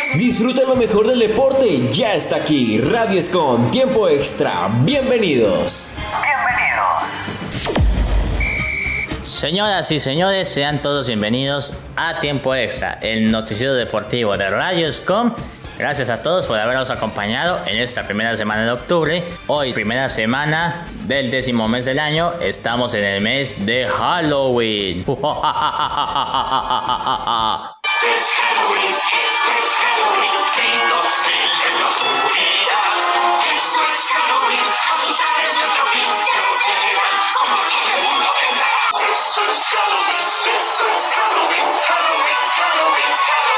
Disfruta lo mejor del deporte, ya está aquí, Radio Escon, tiempo extra, bienvenidos. Señoras y señores, sean todos bienvenidos a Tiempo Extra, el noticiero deportivo de Radio Escon. Gracias a todos por habernos acompañado en esta primera semana de octubre. Hoy, primera semana del 10º mes del año, estamos en el mes de Halloween. Es Halloween, gritos en la oscuridad. Eso es Halloween, asustar es nuestro fin. Que lo crean, como todo el mundo tendrá. Eso es Halloween, Halloween.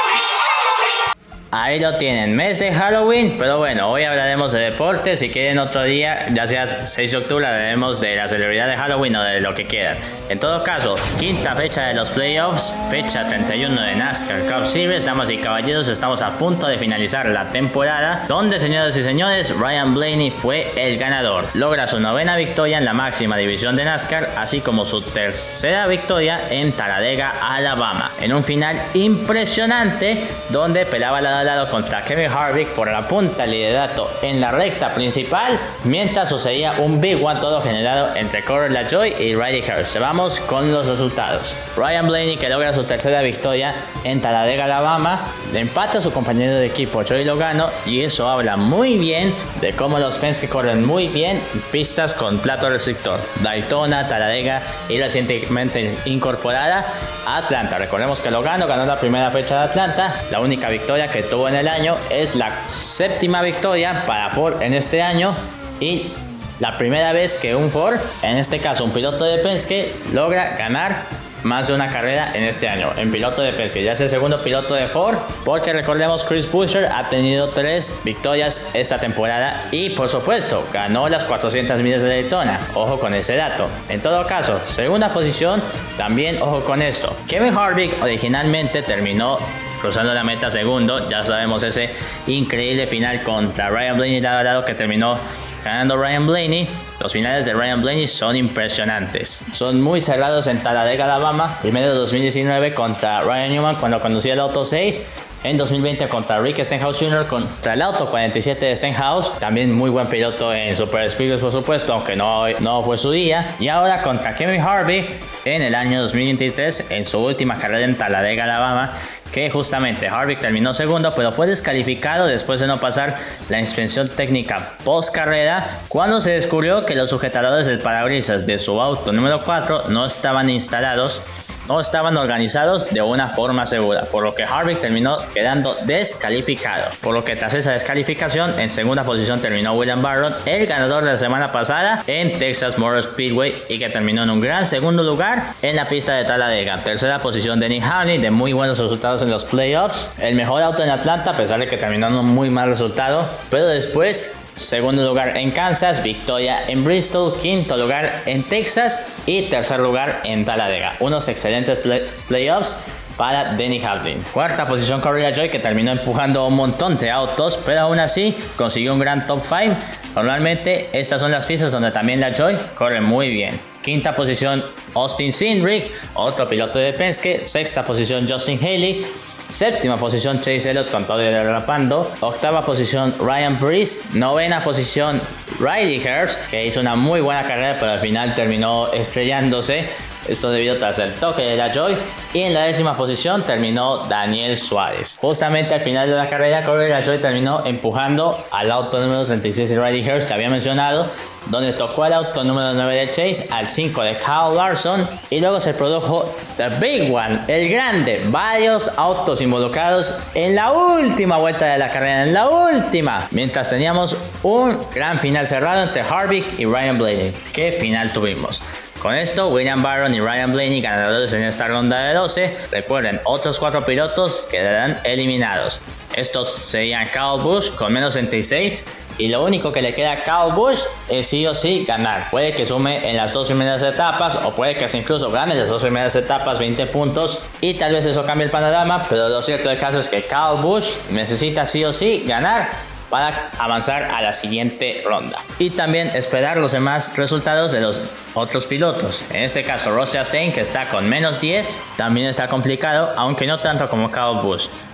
Ahí lo tienen, mes de Halloween, pero bueno, hoy hablaremos de deportes. Si quieren otro día, ya sea 6 de octubre, hablaremos de la celebridad de Halloween o de lo que quieran. En todo caso, quinta fecha de los playoffs, fecha 31 de NASCAR Cup Series. Damas y caballeros, estamos a punto de finalizar la temporada, donde, señoras y señores, Ryan Blaney fue el ganador. Logra su 9ª victoria en la máxima división de NASCAR, así como su 3ª victoria en Talladega, Alabama, en un final impresionante, donde pelaba la lado contra Kevin Harvick por la punta del liderato en la recta principal, mientras sucedía un Big One todo generado entre Corey LaJoie y Riley Herbst. Vamos con los resultados. Ryan Blaney, que logra su 3ª victoria en Talladega, Alabama, le empata a su compañero de equipo Joey Logano, y eso habla muy bien de cómo los Penske corren muy bien pistas con plato restrictor. Daytona, Talladega y recientemente incorporada Atlanta. Recordemos que Logano ganó la primera fecha de Atlanta. La única victoria que tuvo en el año es la 7ª victoria para Ford en este año, y la primera vez que un Ford, en este caso un piloto de Penske, logra ganar más de una carrera en este año en piloto de Penske. Ya es el segundo piloto de Ford, porque recordemos, Chris Buescher ha tenido 3 victorias esta temporada y por supuesto ganó las 400 millas de Daytona. Ojo con ese dato. En todo caso, segunda posición, también ojo con esto. Kevin Harvick originalmente terminó cruzando la meta segundo. Ya sabemos ese increíble final contra Ryan Blaney, dado que terminó ganando Ryan Blaney. Los finales de Ryan Blaney son impresionantes. Son muy cerrados en Talladega, Alabama. Primero en 2019 contra Ryan Newman cuando conducía el Auto 6. En 2020 contra Rick Stenhouse Jr. contra el Auto 47 de Stenhouse. También muy buen piloto en Super Speedway, por supuesto, aunque no fue su día. Y ahora contra Kevin Harvick en el año 2023 en su última carrera en Talladega, Alabama, que justamente Harvick terminó segundo, pero fue descalificado después de no pasar la inspección técnica post carrera, cuando se descubrió que los sujetadores del parabrisas de su auto número 4 no estaban instalados, no estaban organizados de una forma segura, por lo que Harvick terminó quedando descalificado. Por lo que tras esa descalificación, en segunda posición terminó William Byron, el ganador de la semana pasada en Texas Motor Speedway, y que terminó en un gran segundo lugar en la pista de Talladega. Tercera posición Denny Hamlin, de muy buenos resultados en los playoffs, el mejor auto en Atlanta, a pesar de que terminó en un muy mal resultado, pero después segundo lugar en Kansas, victoria en Bristol, quinto lugar en Texas y tercer lugar en Talladega. Unos excelentes playoffs para Denny Hamlin. Cuarta posición Corey LaJoie, que terminó empujando un montón de autos, pero aún así consiguió un gran top 5. Normalmente estas son las pistas donde también LaJoie corre muy bien. Quinta posición Austin Cindric, otro piloto de Penske. Sexta posición Justin Haley. Séptima posición Chase Elliott con todo derrapando. Octava posición Ryan Preece. Novena posición Riley Herbst, que hizo una muy buena carrera pero al final terminó estrellándose. Esto debido tras el toque de LaJoie. Y en la 10ª posición terminó Daniel Suárez. Justamente al final de la carrera, Corey LaJoie terminó empujando al auto número 36 de Riley Herbst, que había mencionado, donde tocó al auto número 9 de Chase, al 5 de Kyle Larson, y luego se produjo The Big One, el grande. Varios autos involucrados en la última vuelta de la carrera, en la última, mientras teníamos un gran final cerrado entre Harvick y Ryan Blaney. ¿Qué final tuvimos? Con esto, William Byron y Ryan Blaney, ganadores en esta ronda de 12. Recuerden, otros 4 pilotos quedarán eliminados. Estos serían Kyle Busch con menos 36. Y lo único que le queda a Kyle Busch es sí o sí ganar. Puede que sume en las 2 primeras etapas, o puede que incluso gane las 2 primeras etapas 20 puntos. Y tal vez eso cambie el panorama. Pero lo cierto del caso es que Kyle Busch necesita sí o sí ganar para avanzar a la siguiente ronda. Y también esperar los demás resultados de los otros pilotos. En este caso, Ross Chastain, que está con menos 10, también está complicado, aunque no tanto como Kyle Busch.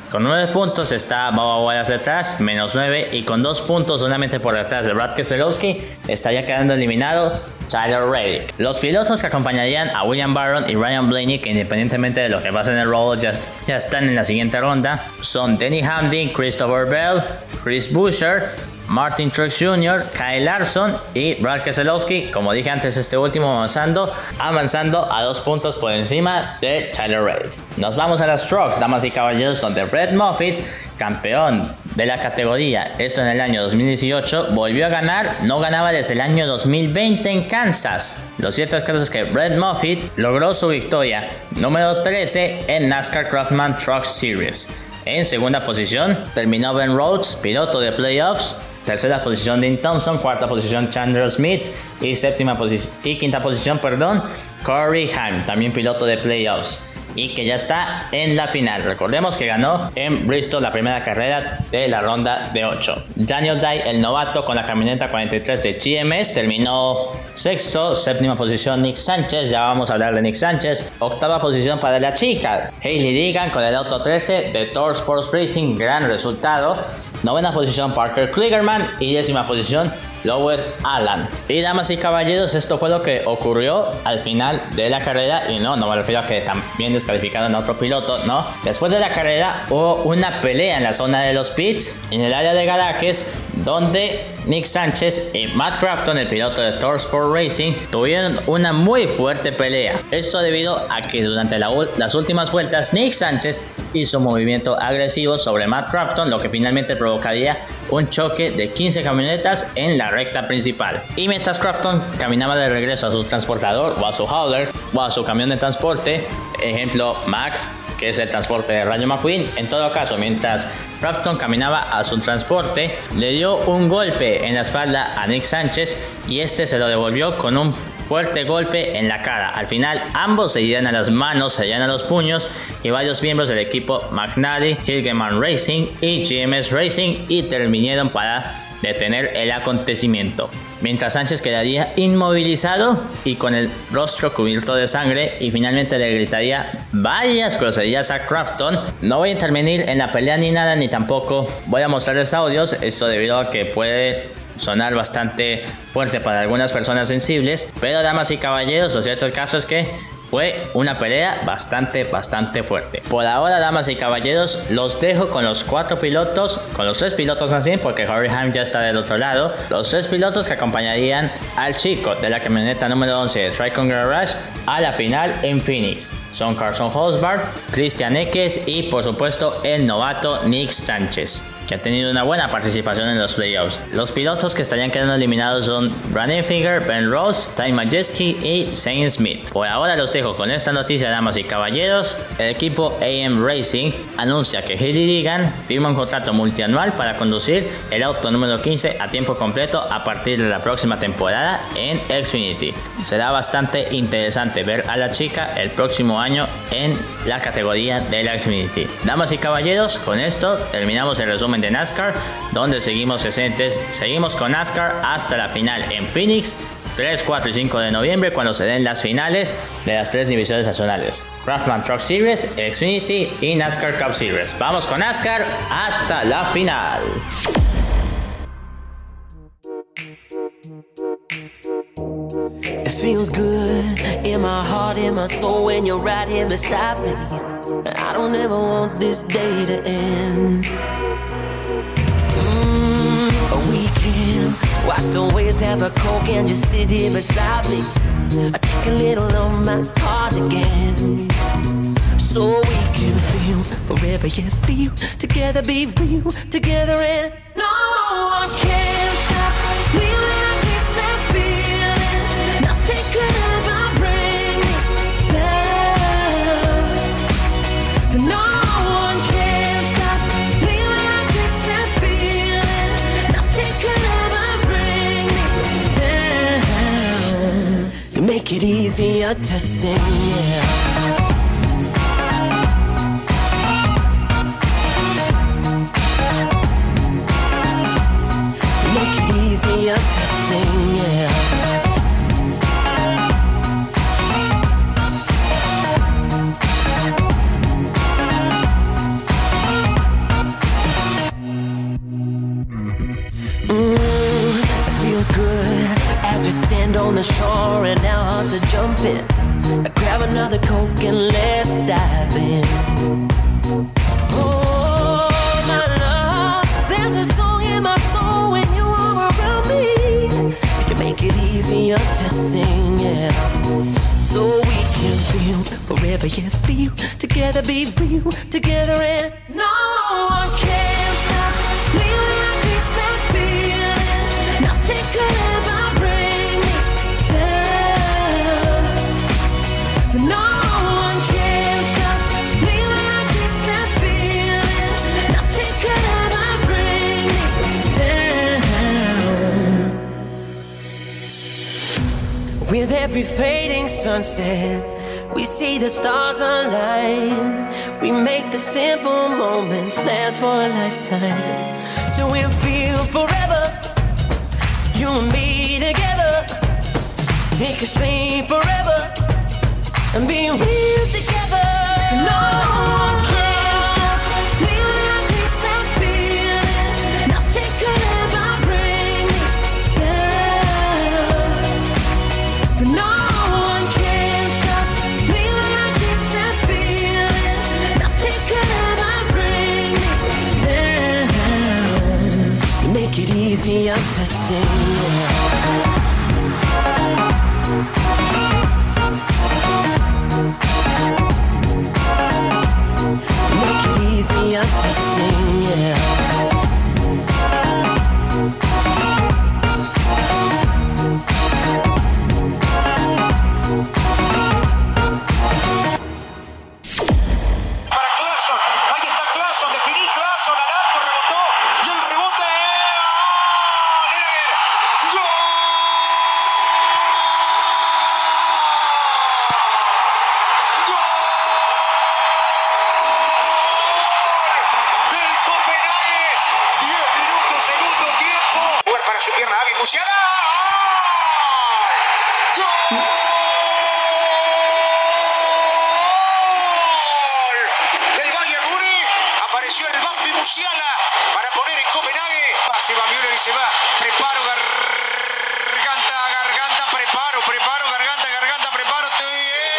Con 9 puntos está Bubba Wallace detrás, menos 9, y con 2 puntos solamente por detrás de Brad Keselowski estaría quedando eliminado Tyler Reddick. Los pilotos que acompañarían a William Byron y Ryan Blaney, que independientemente de lo que pase en el roll ya están en la siguiente ronda, son Denny Hamlin, Christopher Bell, Chris Buescher, Martin Truex Jr., Kyle Larson y Brad Keselowski. Como dije antes, este último avanzando a 2 puntos por encima de Tyler Reddick. Nos vamos a las trucks, damas y caballeros, donde Brett Moffitt, campeón de la categoría, esto en el año 2018, volvió a ganar. No ganaba desde el año 2020 en Kansas. Lo cierto es que Brett Moffitt logró su victoria número 13 en NASCAR Craftsman Truck Series. En segunda posición terminó Ben Rhodes, piloto de playoffs. Tercera posición Dean Thompson, cuarta posición Chandler Smith y quinta posición, Corey Haim, también piloto de playoffs y que ya está en la final. Recordemos que ganó en Bristol la primera carrera de la ronda de 8. Daniel Dye, el novato con la camioneta 43 de GMS, terminó sexto. Séptima posición Nick Sánchez, ya vamos a hablar de Nick Sánchez. Octava posición para la chica Hailey Deegan con el auto 13 de Thor Sports Racing, gran resultado. Novena posición Parker Kligerman y décima posición Lewis Allen. Y damas y caballeros, esto fue lo que ocurrió al final de la carrera. Y no me refiero a que también descalificaron a otro piloto, no. Después de la carrera hubo una pelea en la zona de los pits, en el área de garajes, donde Nick Sánchez y Matt Crafton, el piloto de Thor Sport Racing, tuvieron una muy fuerte pelea. Esto debido a que durante las últimas vueltas Nick Sánchez hizo un movimiento agresivo sobre Matt Crafton, lo que finalmente provocaría un choque de 15 camionetas en la recta principal. Y mientras Crafton caminaba de regreso a su transportador o a su hauler o a su camión de transporte, ejemplo Mac, que es el transporte de Rayo McQueen, en todo caso, mientras Crafton caminaba a su transporte, le dio un golpe en la espalda a Nick Sánchez y este se lo devolvió con un fuerte golpe en la cara. Al final ambos se dieron a las manos, se dieron a los puños, y varios miembros del equipo McNally, Hilgeman Racing y GMS Racing intervinieron para detener el acontecimiento. Mientras Sánchez quedaría inmovilizado y con el rostro cubierto de sangre, y finalmente le gritaría varias groserías a Crafton. No voy a intervenir en la pelea ni nada, ni tampoco voy a mostrarles audios, esto debido a que puede sonar bastante fuerte para algunas personas sensibles, pero damas y caballeros, lo cierto del caso es que fue una pelea bastante fuerte. Por ahora, damas y caballeros, los dejo con los 4 pilotos, con los 3 pilotos más bien, porque Corey Haim ya está del otro lado. Los 3 pilotos que acompañarían al chico de la camioneta número 11 de Tricon Garage a la final en Phoenix. Son Carson Hosbard, Christian Eckes y por supuesto el novato Nick Sánchez, que ha tenido una buena participación en los playoffs. Los pilotos que estarían quedando eliminados son Brandon Finger, Ben Rose, Ty Majeski y Shane Smith. Por ahora los dejo con esta noticia, damas y caballeros. El equipo AM Racing anuncia que Hailey Deegan firma un contrato multianual para conducir el auto número 15 a tiempo completo a partir de la próxima temporada en Xfinity. Será bastante interesante ver a la chica el próximo año en la categoría de la Xfinity. Damas y caballeros, con esto terminamos el resumen de NASCAR, donde seguimos presentes. Seguimos con NASCAR hasta la final en Phoenix, 3, 4 y 5 de noviembre, cuando se den las finales de las 3 divisiones nacionales: Craftsman Truck Series, Xfinity y NASCAR Cup Series. Vamos con NASCAR hasta la final. It feels good in my heart, in my soul, when you're right here beside me. And I don't ever want this day to end. We can watch the waves, have a coke, and just sit here beside me. I take a little of my heart again, so we can feel forever you feel. Together be real, together, and no one can stop me when I taste that feeling. Nothing could ever bring me down. To no one can stop me when I taste that feeling. Nothing could ever bring me down. You make it easier to sing, yeah. Easier to sing, yeah. sand on the shore and our hearts are jumping. Grab another Coke and let's dive in. Oh, my love, there's a song in my soul when you are around me. You make it easier to sing, yeah. So we can feel forever, yet feel together, be real together, and no one can stop me when I taste that feeling. Nothing could ever bring me down. So no one can stop me when I taste that feeling. Nothing could ever bring me down. With every fading sunset, we see the stars align. We make the simple moments last for a lifetime. So we'll feel forever, you and me together. Make us stay forever and be real together. No one can stop me when I taste that feeling. Nothing could ever bring me down. So no one can stop me when I taste that feeling. Nothing could ever bring me down. You make it easier to sing. Make it easier to sing, yeah. Para Claesson, ahí está Claesson, definí Claesson, al arco, rebotó, y el rebote, Lineker, ¡gol! Del Copenhague, 10 minutos, segundo tiempo. Jugar para su pierna hábil, Musiala. ¡Gol! Del Bayern Múnich. Apareció en el Bambi Musiala para poner en Copenhague. Se va Müller y se va. Preparo, garganta, garganta, preparo, garganta, garganta, preparo. ¡Gol!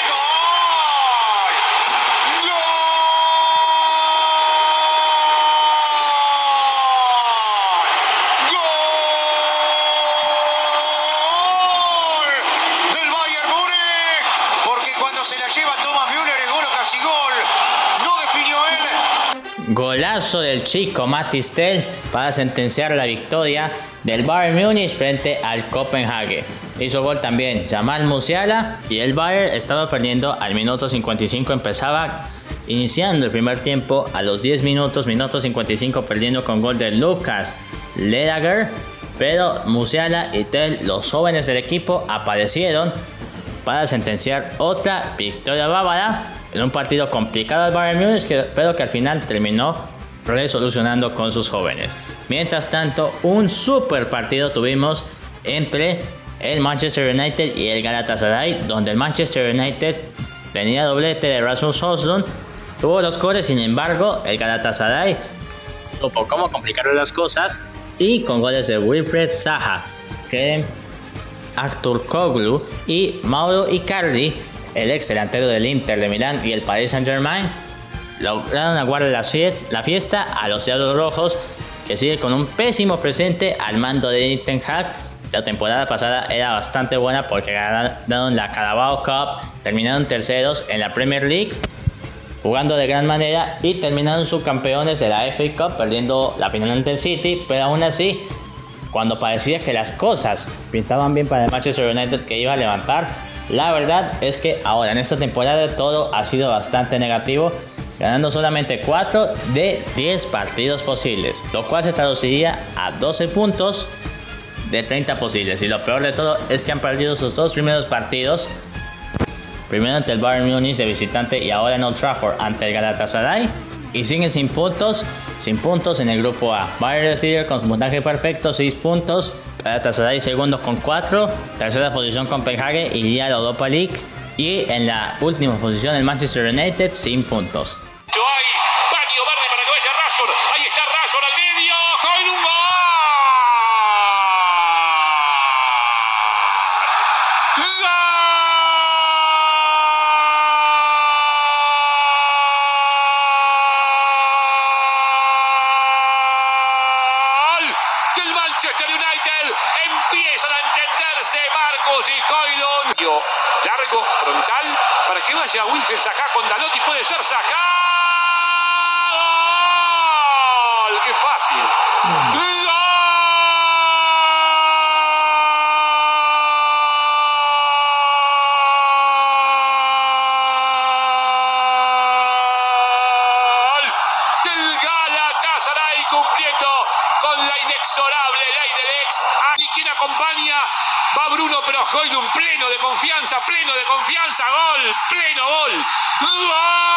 ¡Gol! Del Bayern Múnich, porque cuando se la lleva Thomas Müller es gol o casi gol. No definió él. Golazo del chico Mathys Tel para sentenciar la victoria del Bayern Múnich frente al Copenhague. Hizo gol también Jamal Musiala y el Bayern estaba perdiendo al minuto 55. Empezaba iniciando el primer tiempo a los 10 minutos, minuto 55, perdiendo con gol de Lucas Lerager. Pero Musiala y Tel, los jóvenes del equipo, aparecieron para sentenciar otra victoria bávara en un partido complicado al Bayern Múnich, pero que al final terminó resolucionando con sus jóvenes. Mientras tanto, un super partido tuvimos entre el Manchester United y el Galatasaray, donde el Manchester United tenía doblete de Rasmus Højlund, tuvo los goles. Sin embargo, el Galatasaray supo cómo complicar las cosas y con goles de Wilfried Zaha, Kerem Aktürkoğlu y Mauro Icardi, el ex delantero del Inter de Milán y el Paris Saint-Germain, lograron aguar la fiesta a los Diablos Rojos, que sigue con un pésimo presente al mando de Erik ten Hag. La temporada pasada era bastante buena porque ganaron la Carabao Cup, terminaron terceros en la Premier League, jugando de gran manera, y terminaron subcampeones de la FA Cup, perdiendo la final ante el City. Pero aún así, cuando parecía que las cosas pintaban bien para el Manchester United, que iba a levantar, la verdad es que ahora en esta temporada todo ha sido bastante negativo, ganando solamente 4 de 10 partidos posibles, lo cual se traduciría a 12 puntos de 30 posibles. Y lo peor de todo es que han perdido sus dos primeros partidos, primero ante el Bayern Múnich de visitante y ahora en Old Trafford ante el Galatasaray, y siguen sin puntos en el grupo A. Bayern es líder con puntaje perfecto, 6 puntos. Galatasaray segundo con 4. Tercera posición Copenhague, iría a la Europa League. Y en la última posición el Manchester United sin puntos. Hay paño verde para que vaya Rashford. Ahí está Rashford al medio. ¡Højlund, gol! Manchester United. Empiezan a entenderse Marcus y Højlund. Largo, frontal, para que vaya Wilfried Zaha con Dalot y puede ser Zaha. ¡Gol! ¡Qué fácil! ¡Gol! Del Galatasaray cumpliendo con la inexorable ley del ex. ¿Y quién acompaña? Va Bruno, pero Højlund pleno de confianza, gol, pleno gol. ¡Gol!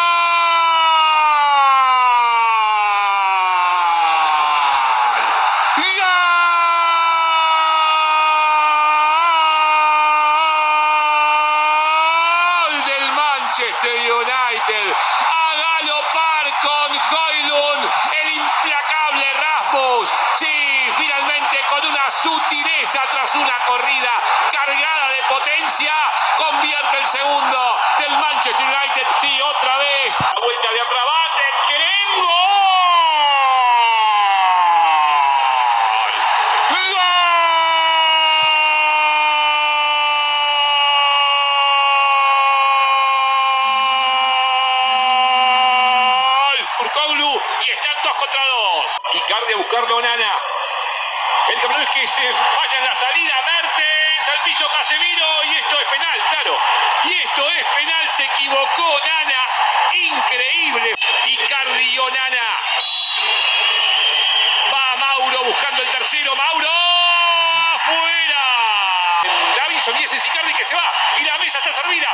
¡Gol del Manchester United! A galopar con Højlund, el implacable Rasmus. Sí, finalmente con una sutileza tras una corrida cargada de potencia, convierte el segundo del Manchester United. Sí, otra vez. La vuelta de Amrabat, de Kerem. ¡Gol! ¡Gol! Kurkoglu, y están 2 contra 2. Icardi a buscarlo, Onana. El problema es que se falla en la salida. Mertens al piso, Casemiro, y esto es penal, claro. Y esto es penal, se equivocó Onana. Increíble. Icardi y Onana. Va Mauro buscando el tercero. Mauro afuera. Davinson, y ese es Icardi que se va. Y la mesa está servida.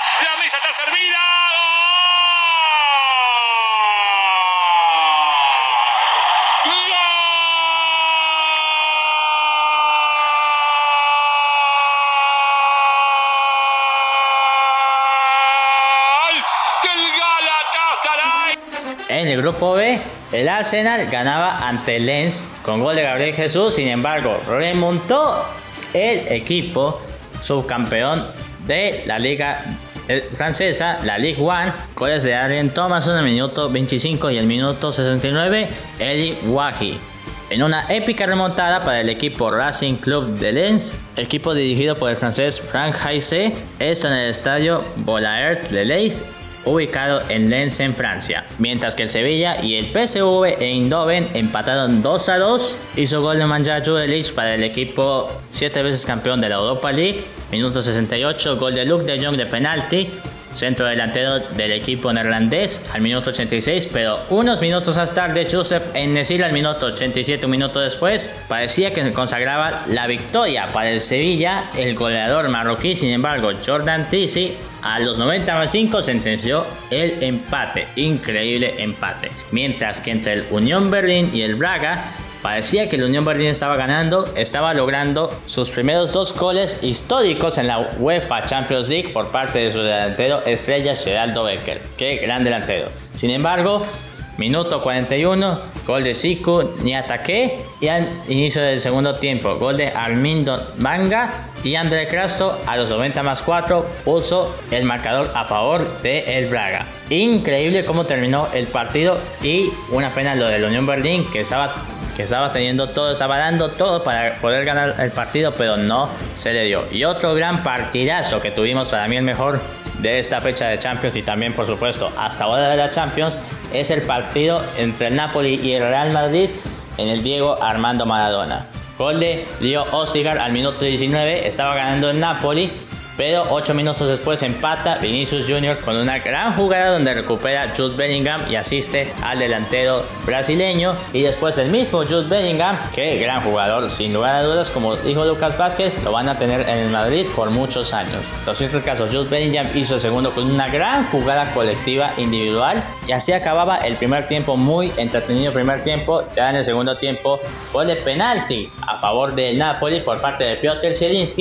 Del Galatasaray. En el grupo B, el Arsenal ganaba ante el Lens con gol de Gabriel Jesús. Sin embargo, remontó el equipo subcampeón de la liga francesa, la Ligue 1. Goles de Adrien Thomas en el minuto 25 y el minuto 69, Eli Wahi. En una épica remontada para el equipo Racing Club de Lens, equipo dirigido por el francés Franck Haise, esto en el estadio Bollaert de Leis, ubicado en Lens, en Francia. Mientras que el Sevilla y el PSV Eindhoven empataron 2-2. Hizo gol de Nemanja Jurelic para el equipo 7 veces campeón de la Europa League. Minuto 68, gol de Luuk de Jong de penalti. Centro delantero del equipo neerlandés al minuto 86, pero unos minutos más tarde Josep En-Nesyri al minuto 87, un minuto después, parecía que consagraba la victoria para el Sevilla. El goleador marroquí, sin embargo, Jordan Tizi, a los 95 sentenció el empate, increíble empate. Mientras que entre el Unión Berlín y el Braga, parecía que el Unión Berlín estaba ganando, estaba logrando sus primeros 2 goles históricos en la UEFA Champions League por parte de su delantero estrella Geraldo Becker. ¡Qué gran delantero! Sin embargo, minuto 41, gol de Siku Niakate, y al inicio del segundo tiempo, gol de Armindo Manga, y André Crasto a los 90 más 4 puso el marcador a favor de el Braga. Increíble cómo terminó el partido, y una pena lo del Unión Berlín, que estaba teniendo todo, estaba dando todo para poder ganar el partido, pero no se le dio. Y otro gran partidazo que tuvimos, para mí el mejor de esta fecha de Champions y también por supuesto hasta ahora de la Champions, es el partido entre el Napoli y el Real Madrid en el Diego Armando Maradona. Gol de Leo Ostigar al minuto 19, estaba ganando el Napoli, pero 8 minutos después empata Vinicius Junior con una gran jugada donde recupera Jude Bellingham y asiste al delantero brasileño. Y después el mismo Jude Bellingham, que gran jugador, sin lugar a dudas, como dijo Lucas Vázquez, lo van a tener en el Madrid por muchos años. Entonces, en este caso, Jude Bellingham hizo el segundo con una gran jugada colectiva individual, y así acababa el primer tiempo, muy entretenido primer tiempo. Ya en el segundo tiempo, gol de penalti a favor del Napoli por parte de Piotr Zielinski.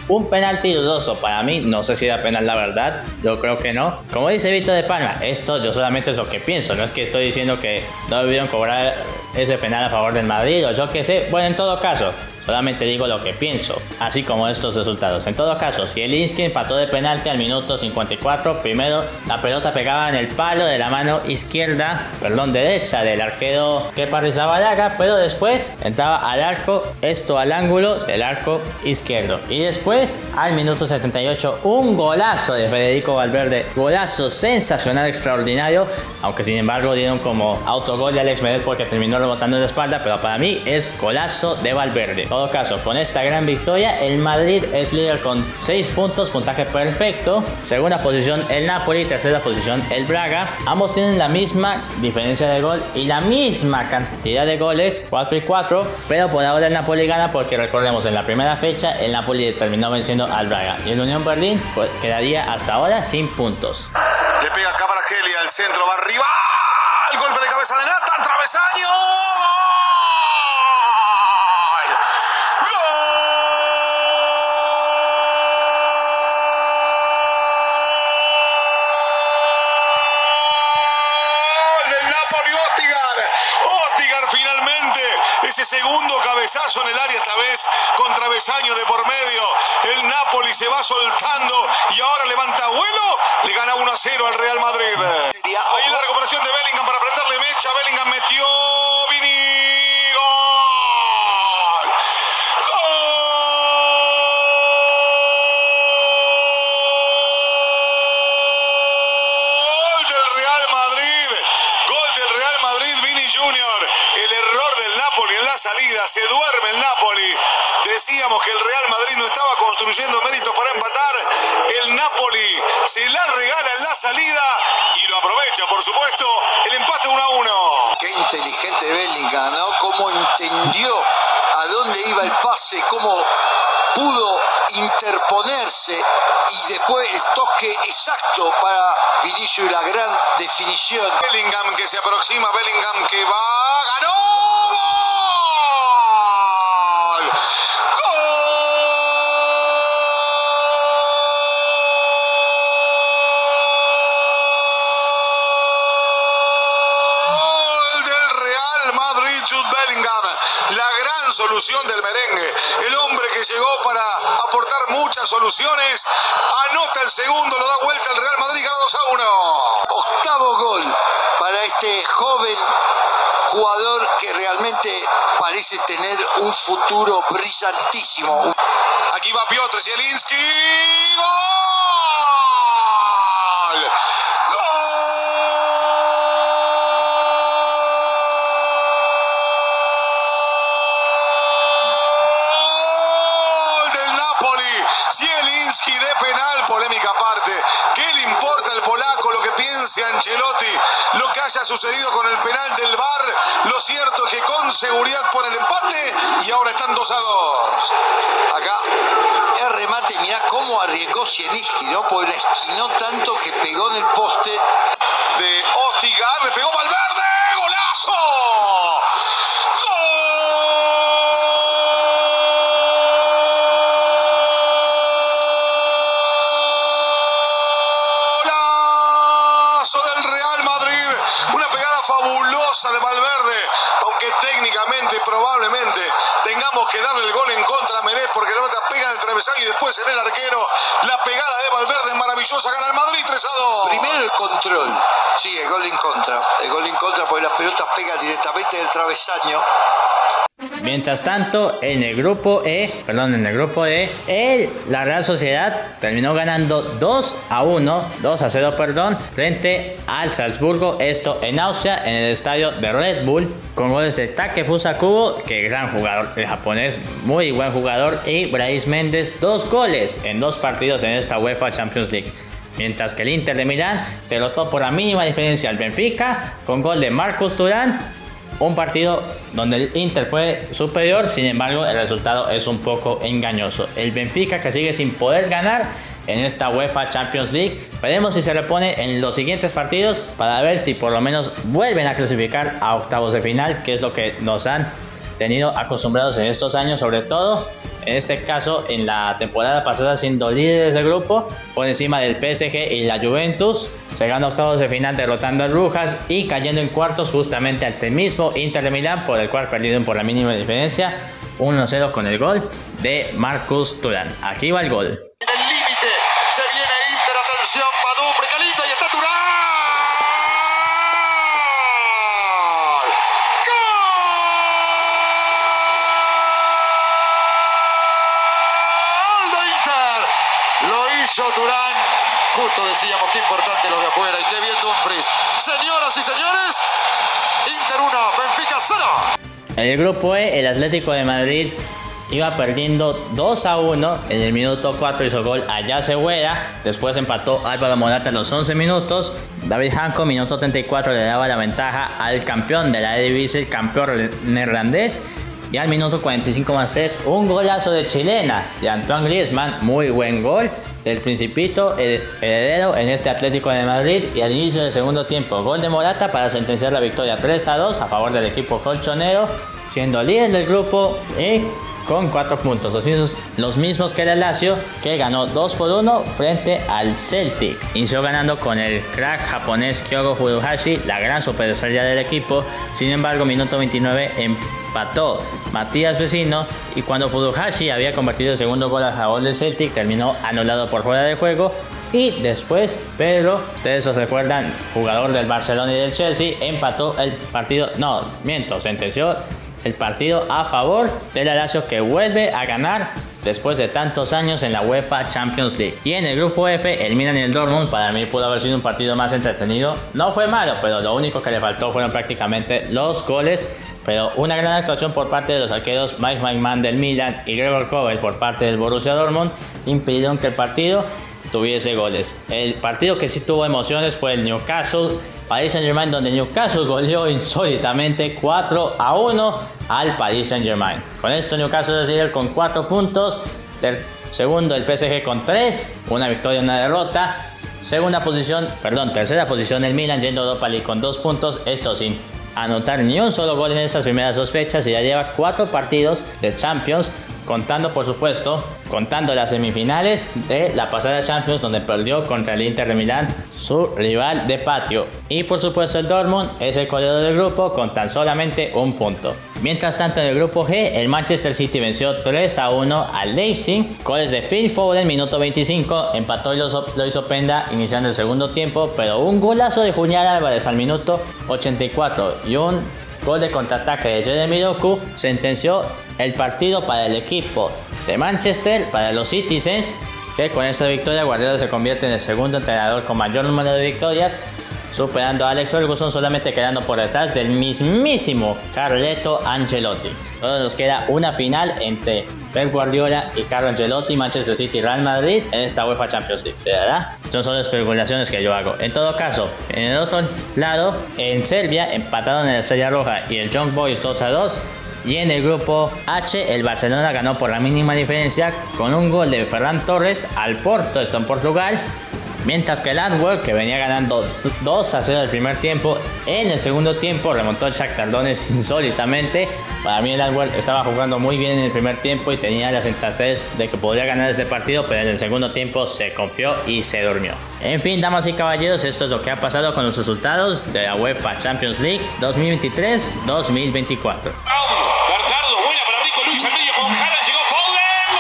Un penalti dudoso para mí, no sé si era penal la verdad, yo creo que no. Como dice Víctor de Palma, esto yo solamente es lo que pienso, no es que estoy diciendo que no debieron cobrar ese penal a favor del Madrid o yo qué sé. Bueno, en todo caso, solamente digo lo que pienso, así como estos resultados. En todo caso, Zielinski empató de penalti al minuto 54. Primero, la pelota pegaba en el palo de la mano derecha del arquero Kepa Arrizabalaga, pero después entraba al arco, al ángulo del arco izquierdo. Y después, al minuto 78, un golazo de Federico Valverde, golazo sensacional, extraordinario, aunque sin embargo dieron como autogol de Alex Medel porque terminó rebotando en la espalda, pero para mí es golazo de Valverde. En todo caso, con esta gran victoria, el Madrid es líder con 6 puntos, puntaje perfecto. Segunda posición el Napoli, tercera posición el Braga. Ambos tienen la misma diferencia de gol y la misma cantidad de goles, 4 y 4, pero por ahora el Napoli gana porque recordemos, en la primera fecha el Napoli terminó venciendo al Braga y el Unión Berlín quedaría hasta ahora sin puntos. Le pega Kvaratskhelia al centro, va arriba. El golpe de cabeza de Nathan, travesaño. Finalmente, ese segundo cabezazo en el área, esta vez con travesaño de por medio. El Napoli se va soltando y ahora levanta vuelo. Le gana 1-0 al Real Madrid. Ahí la recuperación de Bellingham para prenderle mecha. Bellingham metió. Vini. ¡Gol! ¡Gol del Real Madrid! Gol del Real Madrid, Vini Junior. El error del Napoli en la salida, se duerme el Napoli. Decíamos que el Real Madrid no estaba construyendo méritos para empatar. El Napoli se la regala en la salida y lo aprovecha, por supuesto, el empate 1-1. Qué inteligente Bellingham, ¿no? Cómo entendió a dónde iba el pase, cómo pudo interponerse y después el toque exacto para Vinicius y la gran definición. Bellingham que se aproxima, Bellingham que va, ganó. Bellingham, la gran solución del merengue, el hombre que llegó para aportar muchas soluciones, anota el segundo, lo da vuelta el Real Madrid, gana 2-1. Octavo gol para este joven jugador que realmente parece tener un futuro brillantísimo. Aquí va Piotr Zielinski, ¡gol! Zielinski de penal, polémica aparte. ¿Qué le importa al polaco lo que piense Ancelotti, lo que haya sucedido con el penal del VAR? Lo cierto es que con seguridad por el empate y ahora están 2-2. Acá el remate, mirá cómo arriesgó Zielinski, ¿no? Porque la esquinó tanto que pegó en el poste. De Ostigar, le pegó Valverde, ¡golazo! Del Real Madrid, una pegada fabulosa de Valverde, aunque técnicamente probablemente tengamos que darle el gol en contra a Meret porque la pelota pega en el travesaño y después en el arquero. La pegada de Valverde es maravillosa, gana el Madrid 3-2. Primero el control, sí, el gol en contra porque las pelotas pegan directamente del travesaño. Mientras tanto, en el grupo E, la Real Sociedad terminó ganando 2-0, frente al Salzburgo, esto en Austria, en el estadio de Red Bull, con goles de Takefusa Kubo, que gran jugador, el japonés, muy buen jugador, y Brais Méndez, 2 goles en 2 partidos en esta UEFA Champions League. Mientras que el Inter de Milán derrotó por la mínima diferencia al Benfica, con gol de Marcus Thuram. Un partido donde el Inter fue superior, sin embargo el resultado es un poco engañoso. El Benfica que sigue sin poder ganar en esta UEFA Champions League. Veremos si se repone en los siguientes partidos para ver si por lo menos vuelven a clasificar a octavos de final, que es lo que nos han tenido acostumbrados en estos años, sobre todo en este caso en la temporada pasada siendo líderes del grupo por encima del PSG y la Juventus, llegando a octavos de final derrotando al Brujas y cayendo en cuartos justamente ante el mismo Inter de Milán, por el cual perdieron por la mínima diferencia 1-0 con el gol de Marcus Thuram. Aquí va el gol. En el límite se viene Inter, atención, Badou, Precalito y está Thuram. Thuram, justo decíamos qué importante lo de afuera y qué bien Dumfries. Señoras y señores, Inter 1, Benfica 0. En el grupo E, el Atlético de Madrid iba perdiendo 2-1. En el minuto 4 hizo gol Ayase Güera. Después empató Álvaro Morata en los 11 minutos. David Hanco, minuto 34, le daba la ventaja al campeón de la Eredivisie, el campeón neerlandés. Y al minuto 45+3, un golazo de chilena de Antoine Griezmann. Muy buen gol del Principito, heredero en este Atlético de Madrid. Y al inicio del segundo tiempo, gol de Morata para sentenciar la victoria 3-2 a favor del equipo colchonero, siendo líder del grupo y con 4 puntos, los mismos que el Lazio, que ganó 2-1 frente al Celtic. Inició ganando con el crack japonés Kyogo Furuhashi, la gran superestrella del equipo. Sin embargo, minuto 29 empató Matías Vecino, y cuando Furuhashi había convertido el segundo gol a favor del Celtic, terminó anulado por fuera de juego. Y después Pedro, ustedes os recuerdan, jugador del Barcelona y del Chelsea, empató el partido, sentenció el partido a favor del Lazio, que vuelve a ganar después de tantos años en la UEFA Champions League. Y en el grupo F, el Milan y el Dortmund, para mí pudo haber sido un partido más entretenido. No fue malo, pero lo único que le faltó fueron prácticamente los goles. Pero una gran actuación por parte de los arqueros Mike McMahon del Milan y Gregor Kobel por parte del Borussia Dortmund impidieron que el partido tuviese goles. El partido que sí tuvo emociones fue el Newcastle Paris Saint-Germain, donde Newcastle goleó insólitamente 4-1 al Paris Saint-Germain. Con esto Newcastle es líder con 4 puntos, segundo el PSG con 3, una victoria y una derrota. Tercera posición el Milan, yendo a Europa League con 2 puntos, esto sin anotar ni un solo gol en estas primeras 2 fechas, y ya lleva 4 partidos de Champions, contando las semifinales de la pasada Champions, donde perdió contra el Inter de Milán, su rival de patio. Y por supuesto el Dortmund es el goleador del grupo con tan solamente 1 punto. Mientras tanto, en el grupo G, el Manchester City venció 3-1 al Leipzig. Goles de Phil Foden, minuto 25, empató y lo hizo Penda iniciando el segundo tiempo, pero un golazo de Julián Álvarez al minuto 84 y un gol de contraataque de Jeremy Doku sentenció el partido para el equipo de Manchester, para los Citizens, que con esta victoria Guardiola se convierte en el segundo entrenador con mayor número de victorias, superando a Alex Ferguson, solamente quedando por detrás del mismísimo Carleto Ancelotti. Solo nos queda una final entre Pep Guardiola y Carlo Ancelotti, Manchester City y Real Madrid en esta UEFA Champions League. ¿Se dará? Son solo especulaciones que yo hago. En todo caso, en el otro lado, en Serbia empataron el Estrella Roja y el Young Boys 2-2. Y en el grupo H, el Barcelona ganó por la mínima diferencia con un gol de Ferran Torres al Porto, esto en Portugal. Mientras que el Antwerp, que venía ganando 2-0 el primer tiempo, en el segundo tiempo remontó el Shakhtar Donetsk insólitamente. Para mí el Antwerp estaba jugando muy bien en el primer tiempo y tenía la sensatez de que podría ganar ese partido, pero en el segundo tiempo se confió y se durmió. En fin, damas y caballeros, esto es lo que ha pasado con los resultados de la UEFA Champions League 2023-2024. Bernardo, buena para Rico Luis al medio con Haaland, llegó Foden.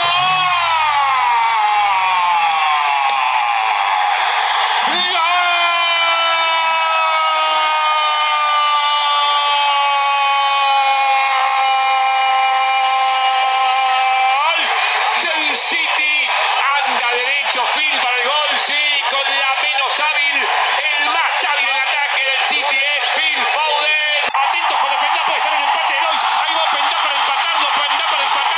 City anda derecho, Phil para el gol, sí, con la menos hábil, el más hábil en ataque del City es Phil Foden. Atentos con el Pendá, puede estar en empate de Lois, ahí va Pendá para empatarlo, Pendá para empatarlo.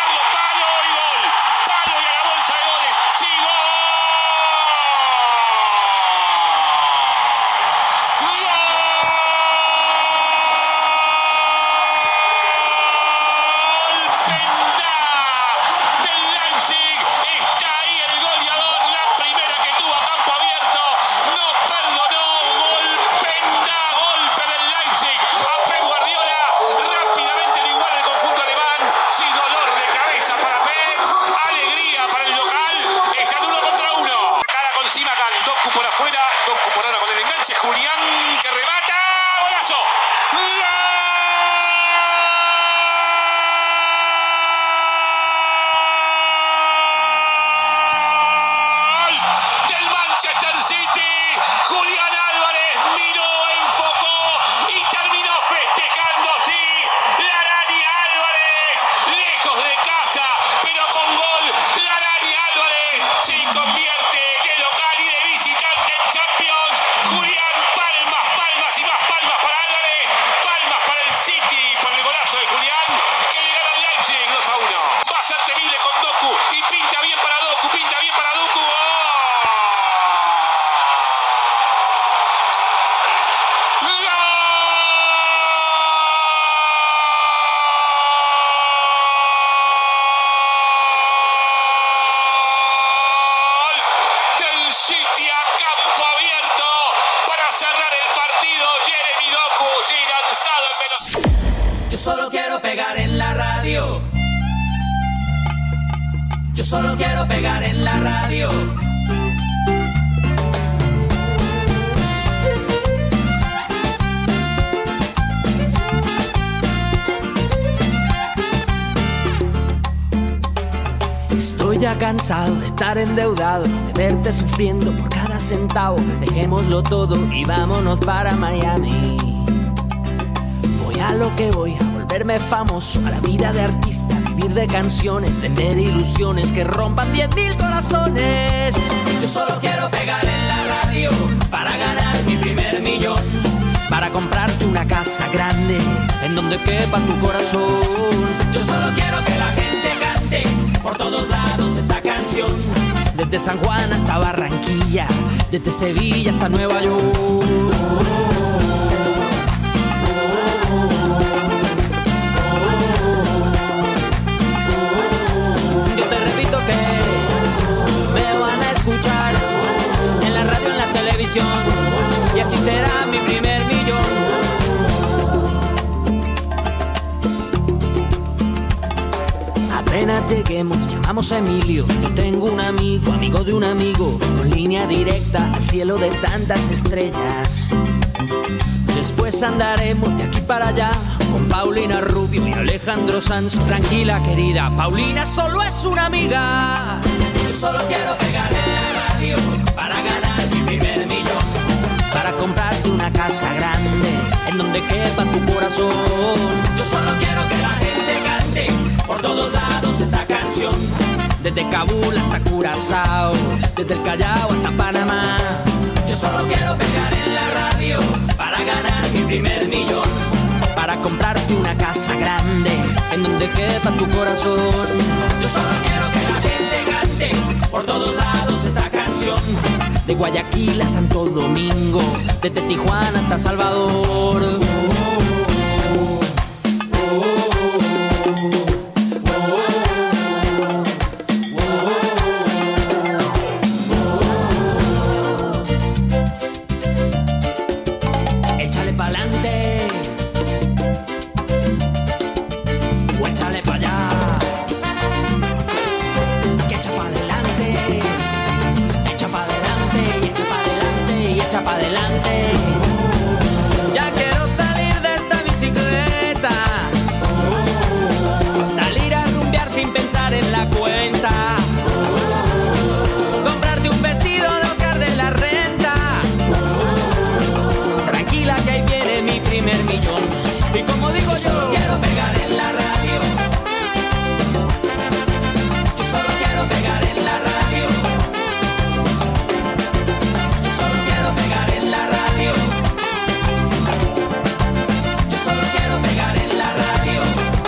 solo quiero pegar en la radio. Yo solo quiero pegar en la radio. Estoy ya cansado de estar endeudado, de verte sufriendo por cada centavo. Dejémoslo todo y vámonos para Miami. Voy a lo que voy, a volverme famoso, a la vida de artista, vivir de canciones, vender ilusiones que rompan 10,000 corazones. Yo solo quiero pegar en la radio para ganar mi primer millón, para comprarte una casa grande en donde quepa tu corazón. Yo solo quiero que la gente cante por todos lados esta canción, desde San Juan hasta Barranquilla, desde Sevilla hasta Nueva York. Yo te repito que me van a escuchar en la radio, en la televisión, y así será mi primer millón. Apenas lleguemos, llamamos a Emilio. Yo tengo un amigo, amigo de un amigo, con línea directa al cielo de tantas estrellas. Después andaremos de aquí para allá con Paulina Rubio y Alejandro Sanz. Tranquila, querida, Paulina solo es una amiga. Yo solo quiero pegar en la radio para ganar mi primer millón, para comprarte una casa grande en donde quepa tu corazón. Yo solo quiero que la gente cante por todos lados esta canción, desde Kabul hasta Curazao, desde el Callao hasta Panamá. Yo solo quiero pegar en la radio para ganar mi primer millón, para comprarte una casa grande en donde quepa tu corazón. Yo solo quiero que la gente cante por todos lados esta canción, de Guayaquil a Santo Domingo, desde Tijuana hasta Salvador. Échale pa'lante o échale pa' allá, que echa pa' adelante, echa pa' adelante y echa pa' adelante y echa pa' adelante. Ya quiero salir de esta bicicleta, salir a rumbear sin pensar en la cuenta, comprarte un vestido de Oscar de la Renta. Tranquila que ahí viene mi primer millón. Y como digo, yo solo quiero pegar en la radio. Yo solo quiero pegar en la radio. Yo solo quiero pegar en la radio. Yo solo quiero pegar en la radio.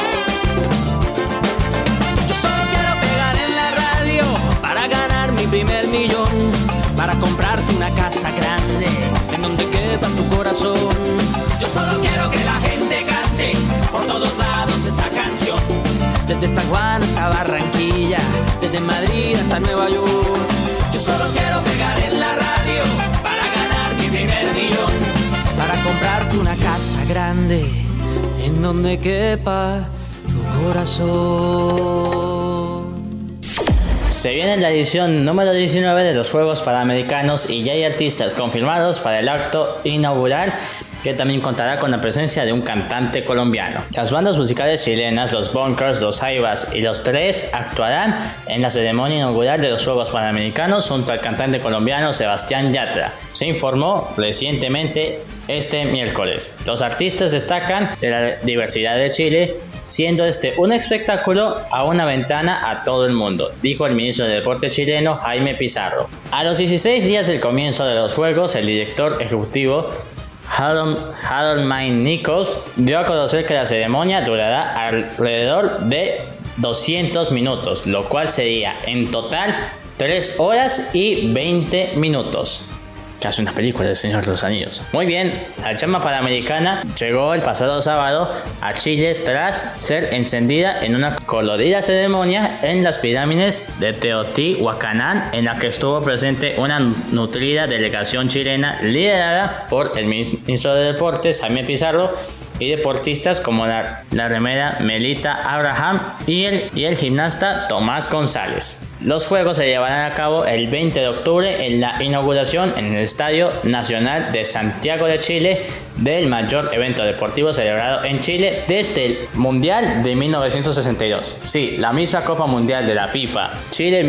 Yo solo quiero pegar en la radio para ganar mi primer millón, para comprarte una casa grande en donde quepa tu corazón. Yo solo quiero que la gente cante por todos lados esta canción, desde San Juan hasta Barranquilla, desde Madrid hasta Nueva York. Yo solo quiero pegar en la radio para ganar mi primer millón, para comprarte una casa grande en donde quepa tu corazón. Se viene la edición número 19 de los Juegos Panamericanos y ya hay artistas confirmados para el acto inaugural, que también contará con la presencia de un cantante colombiano. Las bandas musicales chilenas, los Bunkers, los Jaivas y los Tres actuarán en la ceremonia inaugural de los Juegos Panamericanos junto al cantante colombiano Sebastián Yatra. Se informó recientemente este miércoles. Los artistas destacan de la diversidad de Chile, siendo este un espectáculo a una ventana a todo el mundo, dijo el ministro de Deporte chileno Jaime Pizarro. A los 16 días del comienzo de los Juegos, el director ejecutivo Harold Main Nichols dio a conocer que la ceremonia durará alrededor de 200 minutos, lo cual sería en total 3 horas y 20 minutos. Casi una película del Señor de los Anillos. Muy bien, la llama panamericana llegó el pasado sábado a Chile tras ser encendida en una colorida ceremonia en las pirámides de Teotihuacán, en la que estuvo presente una nutrida delegación chilena liderada por el ministro de Deportes Jaime Pizarro y deportistas como la remera Melita Abraham y el gimnasta Tomás González. Los Juegos se llevarán a cabo el 20 de octubre en la inauguración en el Estadio Nacional de Santiago de Chile, del mayor evento deportivo celebrado en Chile desde el Mundial de 1962. Sí, la misma Copa Mundial de la FIFA, Chile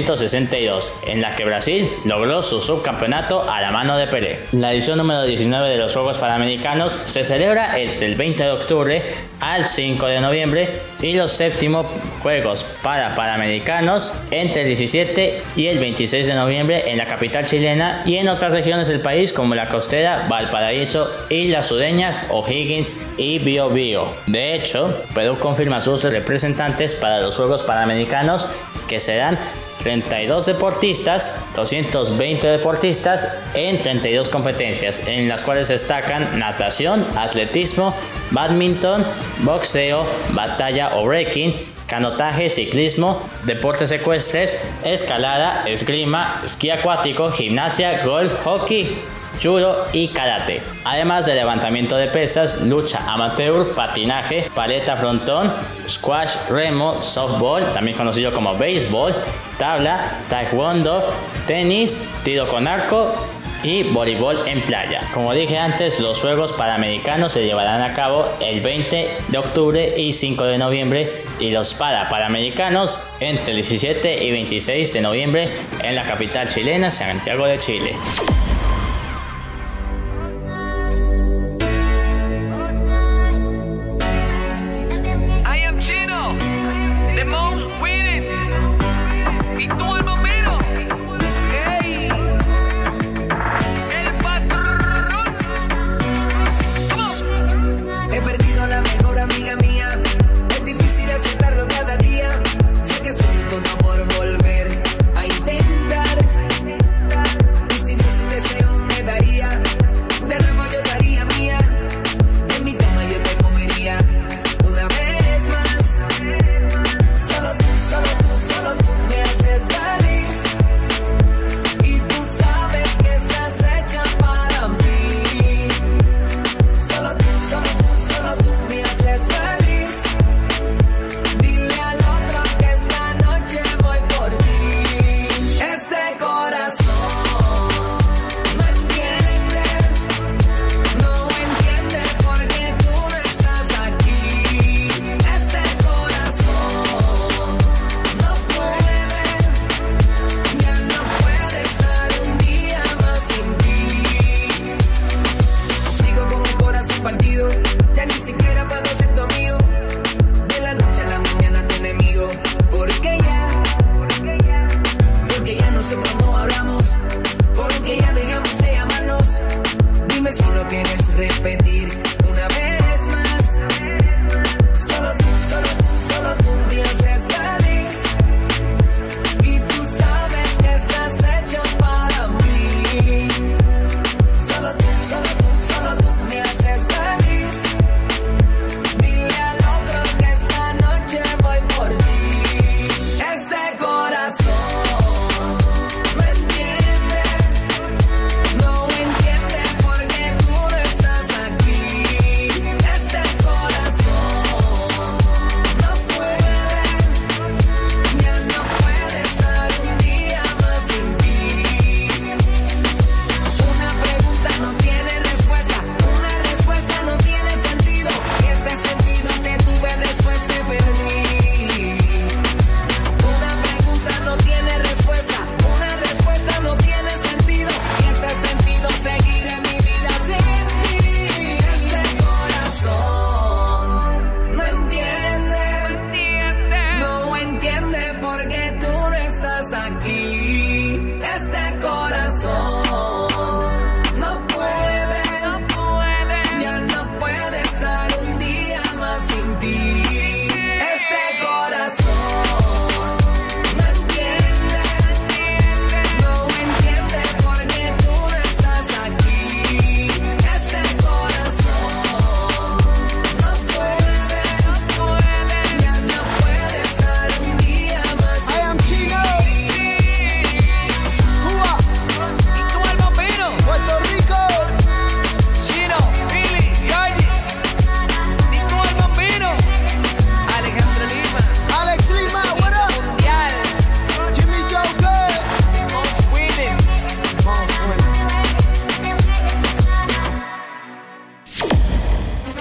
1962, en la que Brasil logró su subcampeonato a la mano de Pelé. La edición número 19 de los Juegos Panamericanos se celebra entre el 20 de octubre al 5 de noviembre y los 7º Juegos Panamericanos entre el 17 y el 26 de noviembre en la capital chilena y en otras regiones del país como la costera, Valparaíso y las sureñas, O'Higgins y Biobío. De hecho, Perú confirma sus representantes para los Juegos Panamericanos, que serán 32 deportistas, 220 deportistas en 32 competencias, en las cuales destacan natación, atletismo, bádminton, boxeo, batalla o breaking, canotaje, ciclismo, deportes ecuestres, escalada, esgrima, esquí acuático, gimnasia, golf, hockey, judo y karate, además de levantamiento de pesas, lucha amateur, patinaje, paleta frontón, squash, remo, softball, también conocido como béisbol, tabla, taekwondo, tenis, tiro con arco y voleibol en playa. Como dije antes, los Juegos Panamericanos se llevarán a cabo el 20 de octubre y 5 de noviembre y los Panamericanos entre el 17 y 26 de noviembre en la capital chilena, Santiago de Chile. Sé que soy tonto por volver a intentar. Y si Dios te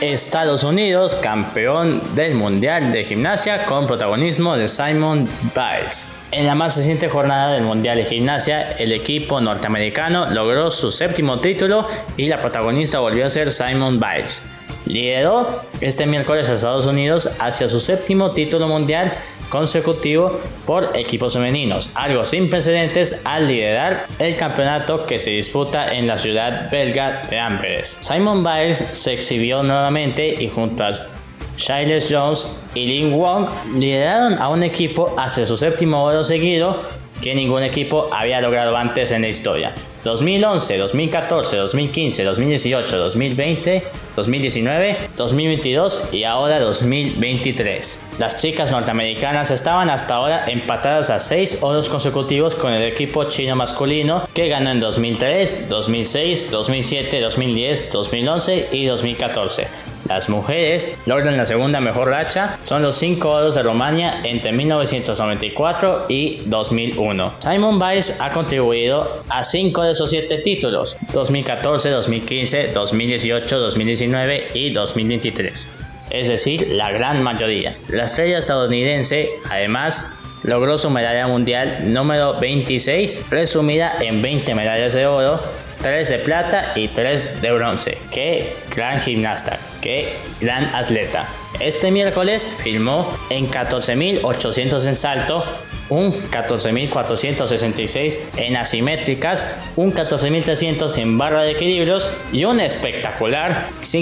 Estados Unidos, campeón del Mundial de Gimnasia con protagonismo de Simone Biles. En la más reciente jornada del Mundial de Gimnasia, el equipo norteamericano logró su 7º título y la protagonista volvió a ser Simone Biles. Lideró este miércoles a Estados Unidos hacia su 7º título mundial consecutivo por equipos femeninos, algo sin precedentes al liderar el campeonato que se disputa en la ciudad belga de Amberes. Simone Biles se exhibió nuevamente y junto a Shailes Jones y Lin Wong lideraron a un equipo hacia su 7º oro seguido que ningún equipo había logrado antes en la historia. 2011, 2014, 2015, 2018, 2020, 2019, 2022 y ahora 2023. Las chicas norteamericanas estaban hasta ahora empatadas a 6 oros consecutivos con el equipo chino masculino que ganó en 2003, 2006, 2007, 2010, 2011 y 2014. Las mujeres logran la segunda mejor racha, son los 5 oros de Rumania entre 1994 y 2001. Simone Biles ha contribuido a 5 de esos 7 títulos: 2014, 2015, 2018, 2019 y 2023. Es decir, la gran mayoría. La estrella estadounidense, además, logró su medalla mundial número 26, resumida en 20 medallas de oro, 3 de plata y 3 de bronce. ¡Qué gran gimnasta! ¡Qué gran atleta! Este miércoles filmó en 14.800 en salto, un 14.466 en asimétricas, un 14.300 en barra de equilibrios y un espectacular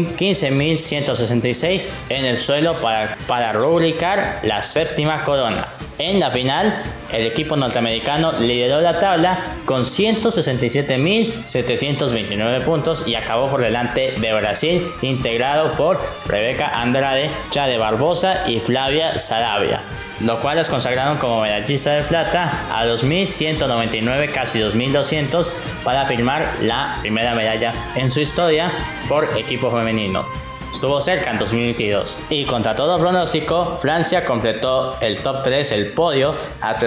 15.166 en el suelo para rubricar la 7ª corona. En la final, el equipo norteamericano lideró la tabla con 167.729 puntos y acabó por delante de Brasil, integrado por Rebeca Andrade, Jade Barbosa y Flavia Sarabia, lo cual las consagraron como medallista de plata a 2.199, casi 2.200, para firmar la primera medalla en su historia por equipo femenino. Estuvo cerca en 2022 y contra todo pronóstico, Francia completó el top 3, el podio, a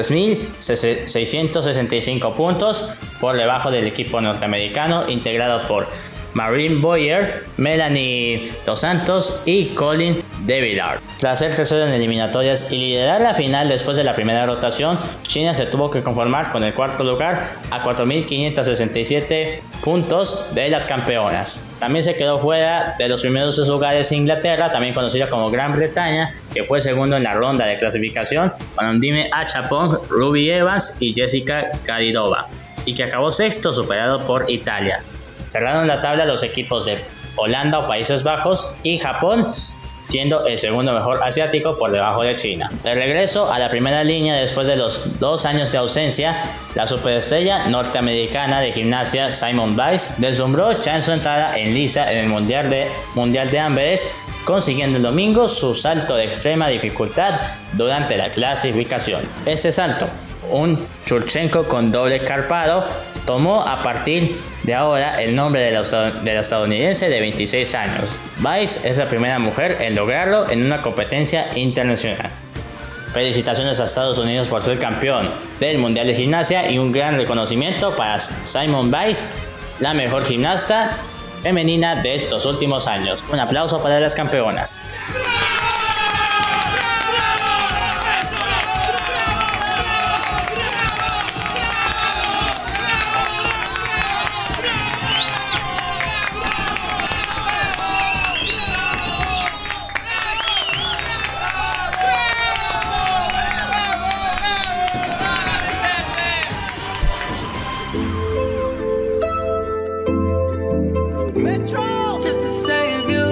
3.665 puntos por debajo del equipo norteamericano integrado por Marine Boyer, Melanie Dos Santos y Colin de Villard. Tras ser tercero en eliminatorias y liderar la final después de la primera rotación, China se tuvo que conformar con el 4º lugar a 4.567 puntos de las campeonas. También se quedó fuera de los primeros 3 lugares Inglaterra, también conocida como Gran Bretaña, que fue segundo en la ronda de clasificación con Ondime Achapong, Ruby Evans y Jessica Garidova, y que acabó sexto, superado por Italia. Cerraron la tabla los equipos de Holanda o Países Bajos y Japón, siendo el segundo mejor asiático por debajo de China. De regreso a la primera línea después de los 2 años de ausencia, la superestrella norteamericana de gimnasia Simone Biles deslumbró ya en su entrada en lisa en el Mundial de Amberes, consiguiendo el domingo su salto de extrema dificultad durante la clasificación. Este salto, un Churchenko con doble carpado, tomó a partir de ahora el nombre de la estadounidense de 26 años. Biles es la primera mujer en lograrlo en una competencia internacional. Felicitaciones a Estados Unidos por ser campeón del Mundial de Gimnasia y un gran reconocimiento para Simone Biles, la mejor gimnasta femenina de estos últimos años. Un aplauso para las campeonas. Just to save you.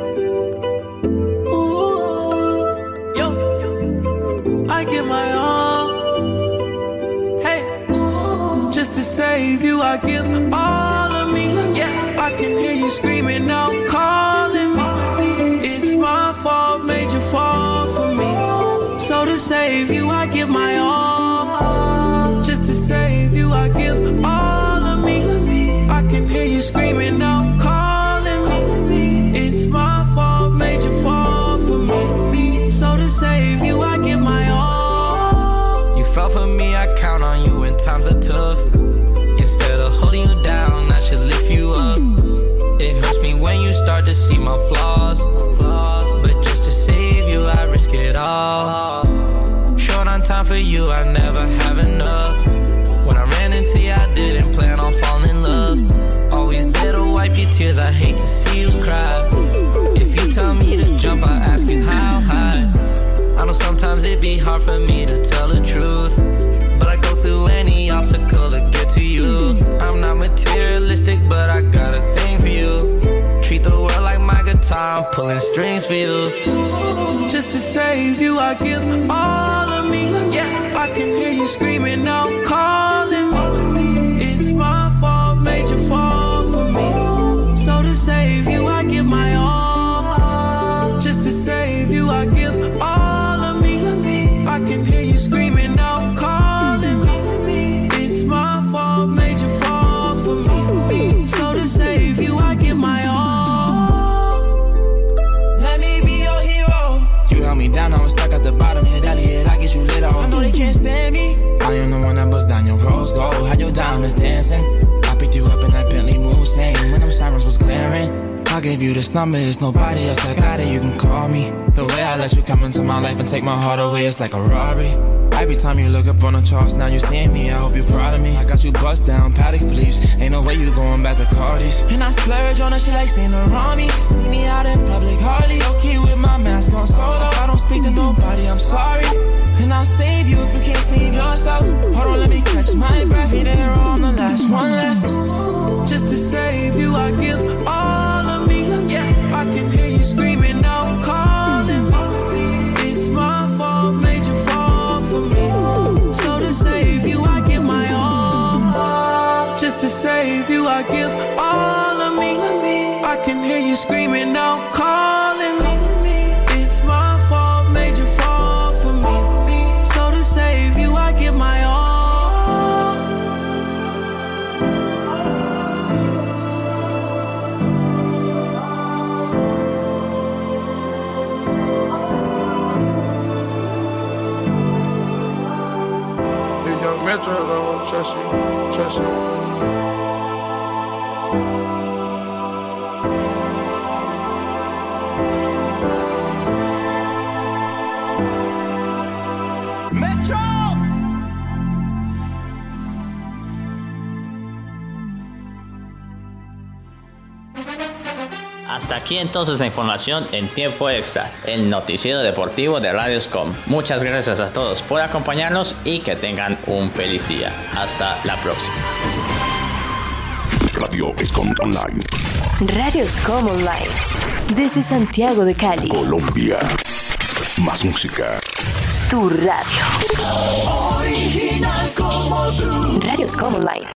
Ooh, yo, I give my all. Hey, just to save you, I give all of me. Yeah, I can hear you screaming out, calling me. It's my fault, made you fall for me. So to save you, I give my all. Just to save you, I give all of me. I can hear you screaming out, calling me. It's my fault, made you fall for me. So to save you, I give my all. You fell for me, I count on you when times are tough. Instead of holding you down, I should lift you up. It hurts me when you start to see my flaws. time for you, I never have enough. When I ran into you, I didn't plan on falling in love. Always there to wipe your tears, I hate to see you cry. If you tell me to jump, I ask you how high. I know sometimes it be hard for me to tell the truth, but I go through any obstacle to get to you. I'm not materialistic, but I got a thing for you. Treat the world like my guitar, I'm pulling strings for you. Just to save you, I give all of me. Yeah, I can hear you screaming out, calling me. It's my fault, made you fall for me. So to save you, I give my all. Just to save you, I give all of me. I can hear you screaming out, calling me. It's my fault, made you fall for me. So to save you, I give my all. Let me be your hero. You held me down, I was stuck at the bottom. Hit Elliot, I get you lit off. I know they can't stand me. I am the one that busts down your rose gold. Had your diamonds dancing. I picked you up in that Bentley Mulsanne when them sirens was glaring. I gave you this number, it's nobody else that got it, you can call me. The way I let you come into my life and take my heart away, it's like a robbery. Every time you look up on the charts, now you seeing me, I hope you're proud of me. I got you bust down, paddock fleece, ain't no way you going back to Cardi's. And I splurge on that shit like Saint Laurent. See me out in public, hardly okay with my mask on solo. I don't speak to nobody, I'm sorry. And I'll save you if you can't save yourself. Hold on, let me catch my breath, here there on the last one left. Just to save you, I give all of me. Yeah, I can hear you screaming out, calling me. It's my fault, made you fall for me. So to save you, I give my all. Just to save you, I give all of me. I can hear you screaming out, calling me. It's my fault, made you fall for me. So to save you, I give my all. Metro don't trust you. Metro. Hasta aquí entonces la información en tiempo extra, el noticiero deportivo de Radio Scom. Muchas gracias a todos por acompañarnos y que tengan un feliz día. Hasta la próxima. Radio Scom Online. Radio Scom Online. Desde Santiago de Cali, Colombia. Más música. Tu radio. Original como tú. Radio Scom Online.